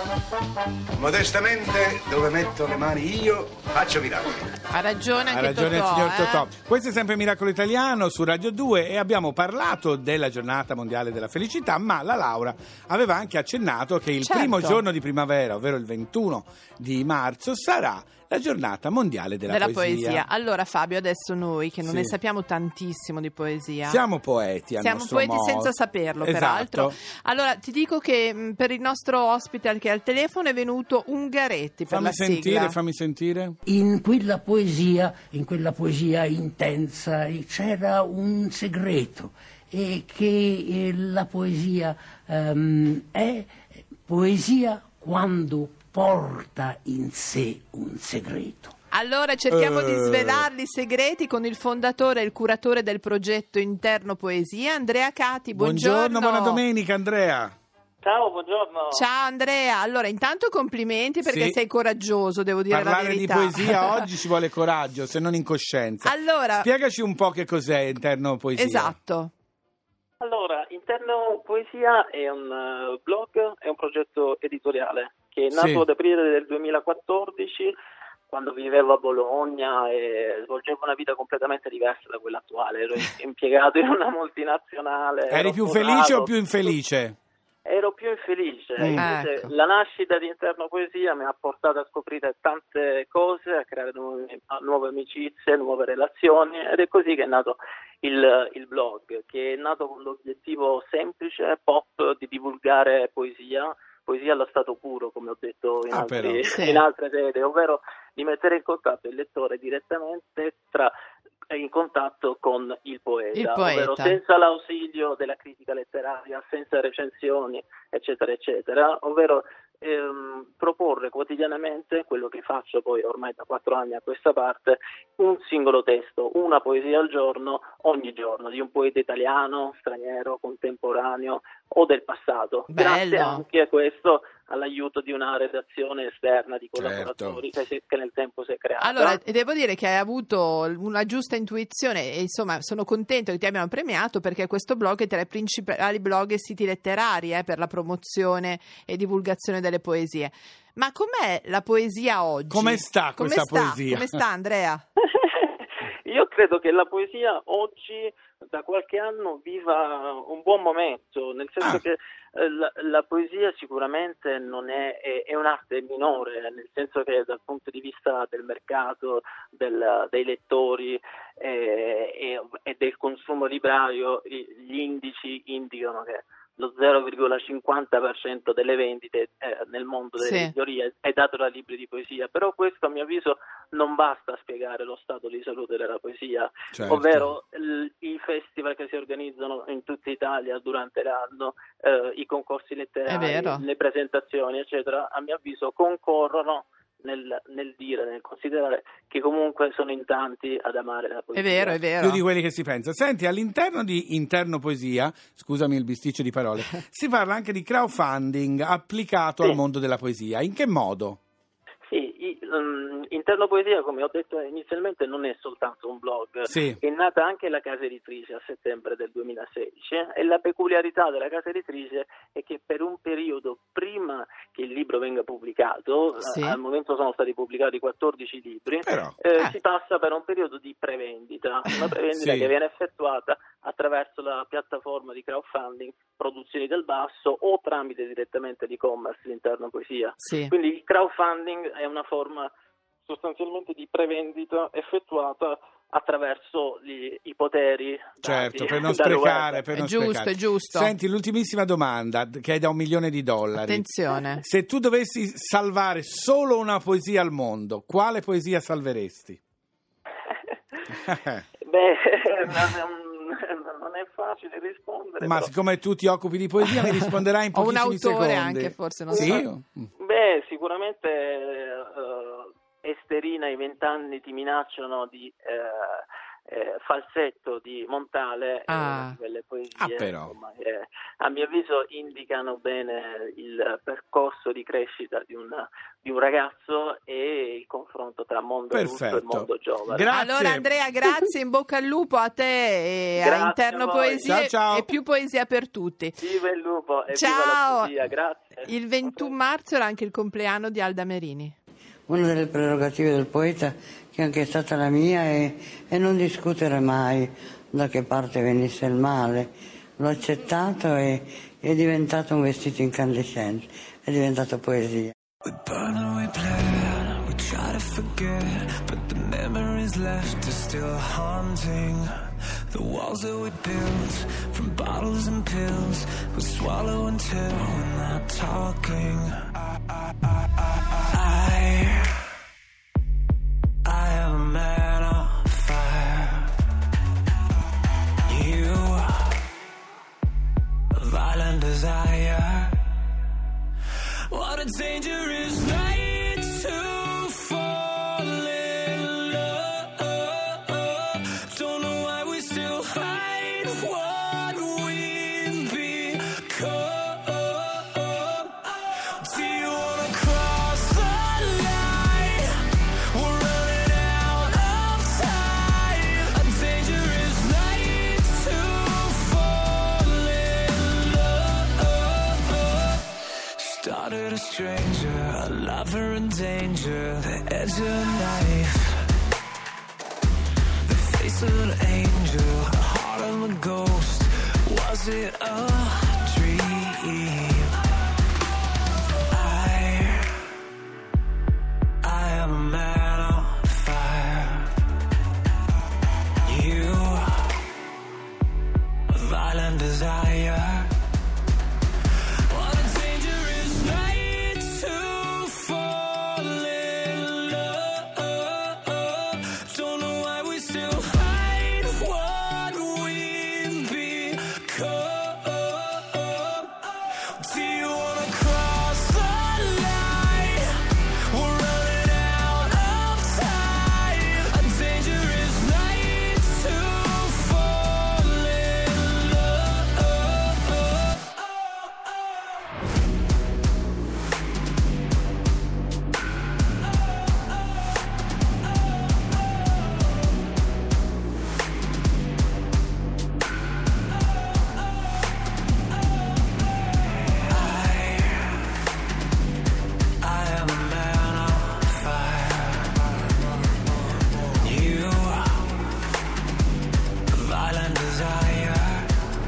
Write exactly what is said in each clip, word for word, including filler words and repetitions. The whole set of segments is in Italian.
Modestamente, dove metto le mani io, faccio miracoli. Ha ragione anche Ha ragione Totò, il signor eh? Totò. Questo è sempre Miracolo Italiano su Radio due e abbiamo parlato della giornata mondiale della felicità, ma la Laura aveva anche accennato che il Certo. primo giorno di primavera, ovvero il ventuno di marzo, sarà la giornata mondiale della, della poesia. poesia. Allora Fabio, adesso noi che non Sì. ne sappiamo tantissimo di poesia, Siamo poeti a siamo nostro poeti modo. senza saperlo, Esatto. peraltro. Allora ti dico che mh, per il nostro ospite che è al telefono è venuto Ungaretti per Fammi la sentire, sigla. fammi sentire. In quella poesia, in quella poesia intensa, c'era un segreto, e che eh, la poesia ehm, è poesia quando porta in sé un segreto. Allora cerchiamo Eh. di svelarli i segreti con il fondatore e il curatore del progetto Interno Poesia, Andrea Cati. Buongiorno. buona domenica Andrea. Ciao, buongiorno. Ciao Andrea, allora intanto complimenti perché Sì. sei coraggioso, devo dire la Parlare di verità. poesia oggi ci vuole coraggio, se non incoscienza. Allora, Spiegaci un po' che cos'è Interno Poesia. esatto. Allora, Interno Poesia è un uh, blog, è un progetto editoriale che è nato Sì. ad aprile del duemilaquattordici, quando vivevo a Bologna e svolgevo una vita completamente diversa da quella attuale. Ero impiegato in una multinazionale. Eri ero più sposato. felice o più infelice? Ero più infelice. Mm. Invece Ecco. La nascita di Interno Poesia mi ha portato a scoprire tante cose, a creare nuove, nuove amicizie, nuove relazioni, ed è così che è nato il, il blog, che è nato con l'obiettivo semplice, pop, di divulgare poesia, poesia allo stato puro, come ho detto in, Ah, altri, però. Sì. in altre sedi, ovvero di mettere in contatto il lettore direttamente tra in contatto con il poeta, Il poeta. ovvero senza l'ausilio della critica letteraria, senza recensioni, eccetera, eccetera, ovvero ehm, proporre quotidianamente, quello che faccio poi ormai da quattro anni a questa parte, un singolo testo, una poesia al giorno, ogni giorno, di un poeta italiano, straniero, contemporaneo o del passato. Bello. Grazie anche a questo all'aiuto di una redazione esterna di Certo. collaboratori che, si- che nel tempo si è creata. Allora, devo dire che hai avuto una giusta intuizione e insomma sono contento che ti abbiano premiato perché questo blog è tra i principali blog e siti letterari eh, per la promozione e divulgazione delle poesie. Ma com'è la poesia oggi? Come sta Come questa sta? poesia? Come sta Andrea? Io credo che la poesia oggi da qualche anno viva un buon momento, nel senso Ah. che eh, la, la poesia sicuramente non è, è, è un'arte minore, nel senso che dal punto di vista del mercato, del, dei lettori eh, e, e del consumo librario, i- gli indici indicano che lo zero virgola cinquanta per cento delle vendite eh, nel mondo delle Sì. librerie è dato da libri di poesia, però questo a mio avviso non basta a spiegare lo stato di salute della poesia, Certo. ovvero l- i festival che si organizzano in tutta Italia durante l'anno, eh, i concorsi È letterari, vero. le presentazioni, eccetera, a mio avviso concorrono nel, nel dire, nel considerare che comunque sono in tanti ad amare la È poesia. vero, è vero. Più di quelli che si pensa. Senti, all'interno di Interno Poesia, scusami il bisticcio di parole, si parla anche di crowdfunding applicato Sì. al mondo della poesia. In che modo? Sì, i- um, Interno Poesia, come ho detto inizialmente, non è soltanto un blog, Sì. è nata anche la casa editrice a settembre del duemilasedici eh, e la peculiarità della casa editrice è che per un periodo prima che il libro venga pubblicato, Sì. eh, al momento sono stati pubblicati quattordici libri, Però, eh, eh. si passa per un periodo di prevendita, una prevendita Sì. che viene effettuata attraverso la piattaforma di crowdfunding Produzioni del Basso o tramite direttamente l'e-commerce all'interno Poesia. Sì. Quindi il crowdfunding è una forma sostanzialmente di prevendita effettuata attraverso gli, i poteri dati certo, per non dal sprecare, web. per È non giusto, sprecare. è giusto. Senti, l'ultimissima domanda, che è da un milione di dollari. Attenzione. Se tu dovessi salvare solo una poesia al mondo, quale poesia salveresti? Beh, non, non è facile rispondere. Ma però. siccome tu ti occupi di poesia, mi risponderai in O un pochissimi autore secondi. anche, forse, non sì? so. Beh, sicuramente eh, Esterina, i vent'anni ti minacciano di, eh, eh, Falsetto di Montale, Ah. è una di quelle poesie Ah, però. insomma, che a mio avviso indicano bene il percorso di crescita di un, di un ragazzo e il confronto tra mondo adulto e Perfetto. mondo giovane. Grazie. Allora Andrea, grazie, in bocca al lupo a te e Grazie a Interno a voi. Poesie Ciao, ciao. e più poesia per tutti. Viva il lupo e viva la Ciao! poesia, grazie. Il ventuno marzo era anche il compleanno di Alda Merini. Una delle prerogative del poeta, che anche è stata la mia, è, è non discutere mai da che parte venisse il male. L'ho accettato e è diventato un vestito incandescente, è diventato poesia. We burn and we play, we try to forget, but the memories left are still haunting. The walls that we built from bottles and pills, we swallow until we're not talking. I, I, I, I, I am a man on fire. You, a violent desire. What a dangerous night to fall in love. Don't know why we still hide what we've become. Do you wanna cross the line? We're running out of time. A dangerous night to fall in love. Started a stranger, a lover in danger, the edge of a knife, the face of an angel, the heart of a ghost. Was it a dream? I, I am a man on fire. You, a violent desire. What a dangerous night to fall in love. Don't know why we still hide what we've become. Do you wanna cross the line? We're running out of time. A dangerous night to fall in love. I am a man on fire. You, a violent desire.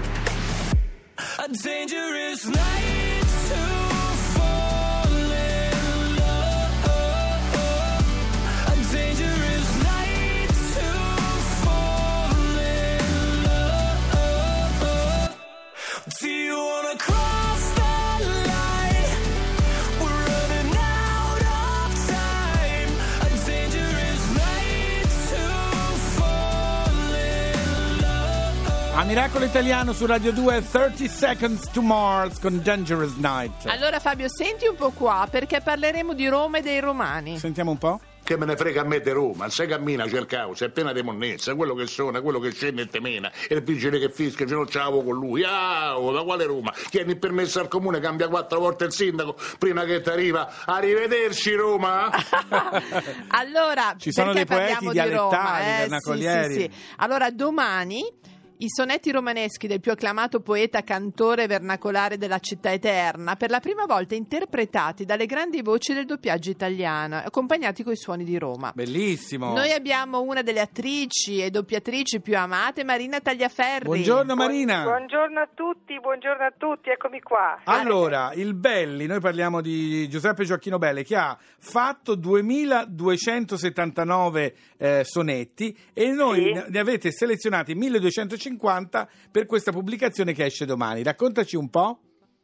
A dangerous night to fall in love. A dangerous night to fall in love. Do you wanna cross the line? We're running out of time. A dangerous night to fall in love. A Miracolo Italiano su Radio due, thirty seconds to Mars con Dangerous Night. Allora Fabio, senti un po' qua, perché parleremo di Roma e dei romani. Sentiamo un po'. Che me ne frega a me di Roma, se cammina c'è il caos, è piena di monnezza, quello che suona, quello che scende e temena, e il vigile che fischia, ce lo c'avevo con lui. Ah, oh, da quale Roma? Chiedi il permesso al comune, cambia quattro volte il sindaco prima che ti arriva. Arrivederci Roma! Allora, Ci sono perché dei poeti parliamo di Roma? dialettali, Eh, vernacolieri. sì, sì, sì. Allora, domani i sonetti romaneschi del più acclamato poeta, cantore vernacolare della città eterna, per la prima volta interpretati dalle grandi voci del doppiaggio italiano, accompagnati coi suoni di Roma. Bellissimo. Noi abbiamo una delle attrici e doppiatrici più amate, Marina Tagliaferri. Buongiorno Marina. Buongiorno a tutti, buongiorno a tutti, eccomi qua. Allora, il Belli, noi parliamo di Giuseppe Gioacchino Belli, che ha fatto duemiladuecentosettantanove eh, sonetti e noi Sì. ne- ne avete selezionati milleduecentocinquanta per questa pubblicazione che esce domani. Raccontaci un po'.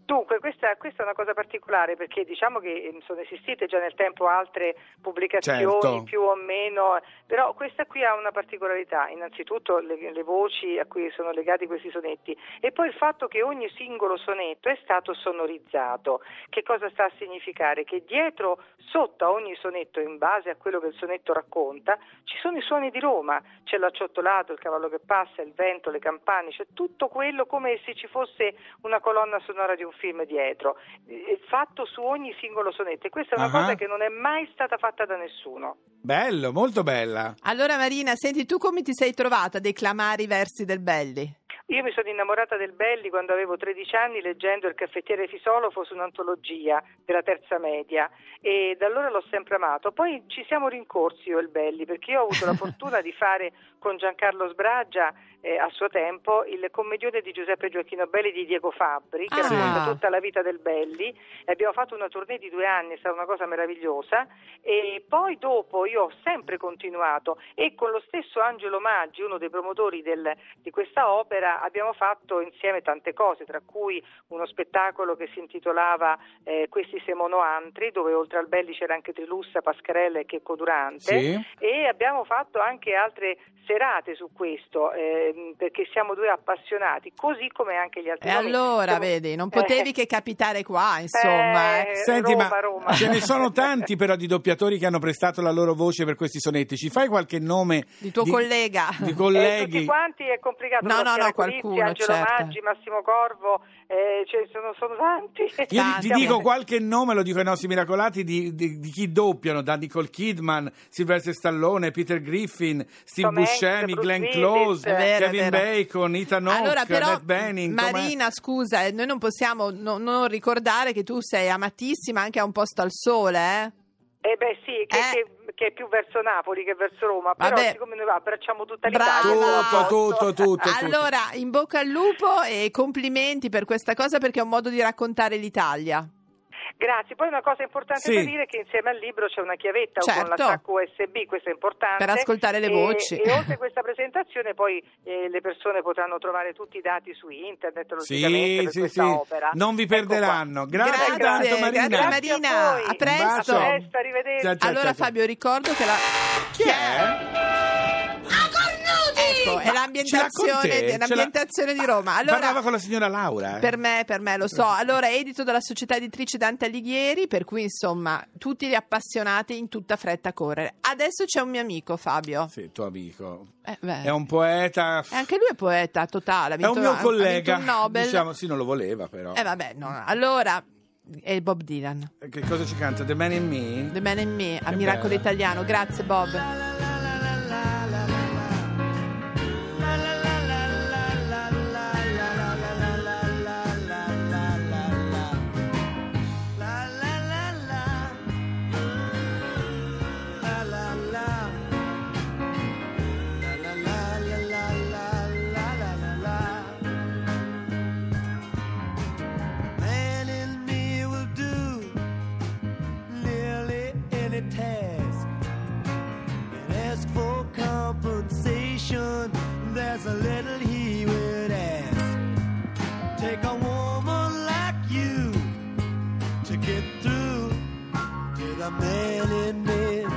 Dunque, questa, questa è una cosa particolare perché diciamo che eh, sono esistite già nel tempo altre pubblicazioni Certo. più o meno, però questa qui ha una particolarità, innanzitutto le, le voci a cui sono legati questi sonetti e poi il fatto che ogni singolo sonetto è stato sonorizzato. Che cosa sta a significare? Che dietro, sotto a ogni sonetto, in base a quello che il sonetto racconta, ci sono i suoni di Roma, c'è l'acciottolato, il cavallo che passa, il vento, le campane, c'è tutto quello come se ci fosse una colonna sonora di un film dietro, eh, fatto su ogni singolo sonetto, e questa è una Ah. cosa che non è mai stata fatta da nessuno. Bello, molto bella. Allora Marina, senti, tu come ti sei trovata a declamare i versi del Belli? Io mi sono innamorata del Belli quando avevo tredici anni leggendo Il caffettiere Fisolofo su un'antologia della terza media e da allora l'ho sempre amato. Poi ci siamo rincorsi io e il Belli perché io ho avuto la fortuna di fare con Giancarlo Sbragia eh, a suo tempo il commedione di Giuseppe Gioacchino Belli di Diego Fabbri che Ah. racconta tutta la vita del Belli e abbiamo fatto una tournée di due anni, è stata una cosa meravigliosa e poi dopo io ho sempre continuato e con lo stesso Angelo Maggi, uno dei promotori del, di questa opera, abbiamo fatto insieme tante cose, tra cui uno spettacolo che si intitolava eh, Questi Semono Antri, dove oltre al Belli c'era anche Trilussa, Pascarella e Checco Durante, Sì. e abbiamo fatto anche altre serate su questo, eh, perché siamo due appassionati, così come anche gli altri. E nomi. allora, Siamo- vedi, non potevi Eh, che capitare qua, insomma. eh, eh. Senti, Roma, ma Roma. ce ne sono tanti però di doppiatori che hanno prestato la loro voce per questi sonetti. Ci fai qualche nome Di tuo collega. di Eh, colleghi? tutti quanti è complicato. No, no, Raffaele no, Colizzi, qualcuno, Angelo certo. Maggi, Massimo Corvo, eh, cioè, sono, sono tanti. Io ti- ti Tanti. dico qualche nome, lo dico ai nostri miracolati, di, di- di chi doppiano, da Nicole Kidman, Sylvester Stallone, Peter Griffin, Steve Tom Hanks, Buscemi, Bruce Glenn Willis. Close, È vero, è Kevin vero. Bacon, Ethan Hawke, Allora però Annette Bening. com'è? Marina, scusa, eh, noi non possiamo no- non ricordare che tu sei amatissima anche a Un posto al sole, eh? Eh beh sì, che, Eh. che- che è più verso Napoli che verso Roma, però Vabbè. siccome noi abbracciamo tutta Brava. l'Italia. Tutto, tutto, tutto, tutto. Allora, in bocca al lupo e complimenti per questa cosa perché è un modo di raccontare l'Italia. Grazie, poi una cosa importante Sì. da dire è che insieme al libro c'è una chiavetta Certo. con l'attacco U S B, questo è importante. Per ascoltare le E- voci. E, oltre a questa presentazione poi eh, le persone potranno trovare tutti i dati su internet, logicamente, Sì, per sì, questa sì. opera. Non vi Ecco qua. perderanno. Grazie, Grazie, tanto Marina. grazie, Grazie Marina. a voi. A presto. Un bacio. A presto, arrivederci. Ciao, ciao, Allora ciao, ciao. Fabio, ricordo che la... Chi è? Ecco, è Ce l'ha con l'ambientazione, te? è l'ambientazione di Roma. Allora, Parlava con la signora Laura. eh? per me, per me, lo so. Allora, edito dalla società editrice Dante Alighieri, per cui insomma, tutti gli appassionati in tutta fretta a correre. Adesso c'è un mio amico, Fabio. Sì, tuo amico. Eh, beh. È un poeta. E anche lui è poeta totale. Ha È vinto, un mio ha- collega. Ha vinto un Nobel. Diciamo, sì, non lo voleva però. Eh vabbè, no. Allora, è Bob Dylan. Che cosa ci canta? The Man in Me? The Man in Me, a Che Miracolo bella. Italiano. Grazie Bob. Man in me will do nearly any task and ask for compensation. There's a little he would ask. Take a woman like you to get through to the man in me.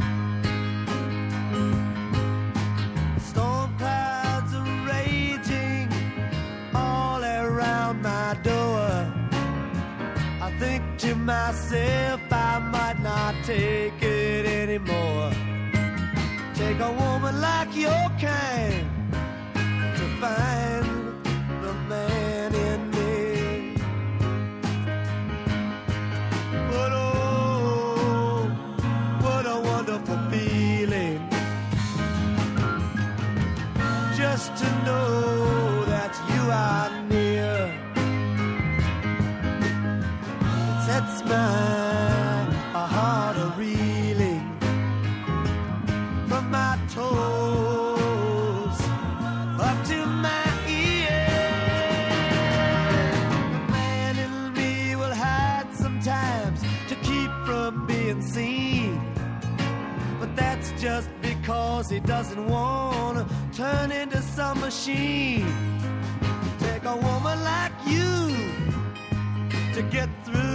Storm clouds are raging all around my door. I think to myself I might not take it anymore. Take a woman like your kind to find the man in me. But oh, what a wonderful feeling just to know that you are near. It sets my heart a reeling from my toes up to my ears. The man in me will hide sometimes to keep from being seen, but that's just because he doesn't want to turn into some machine. Take a woman like you to get through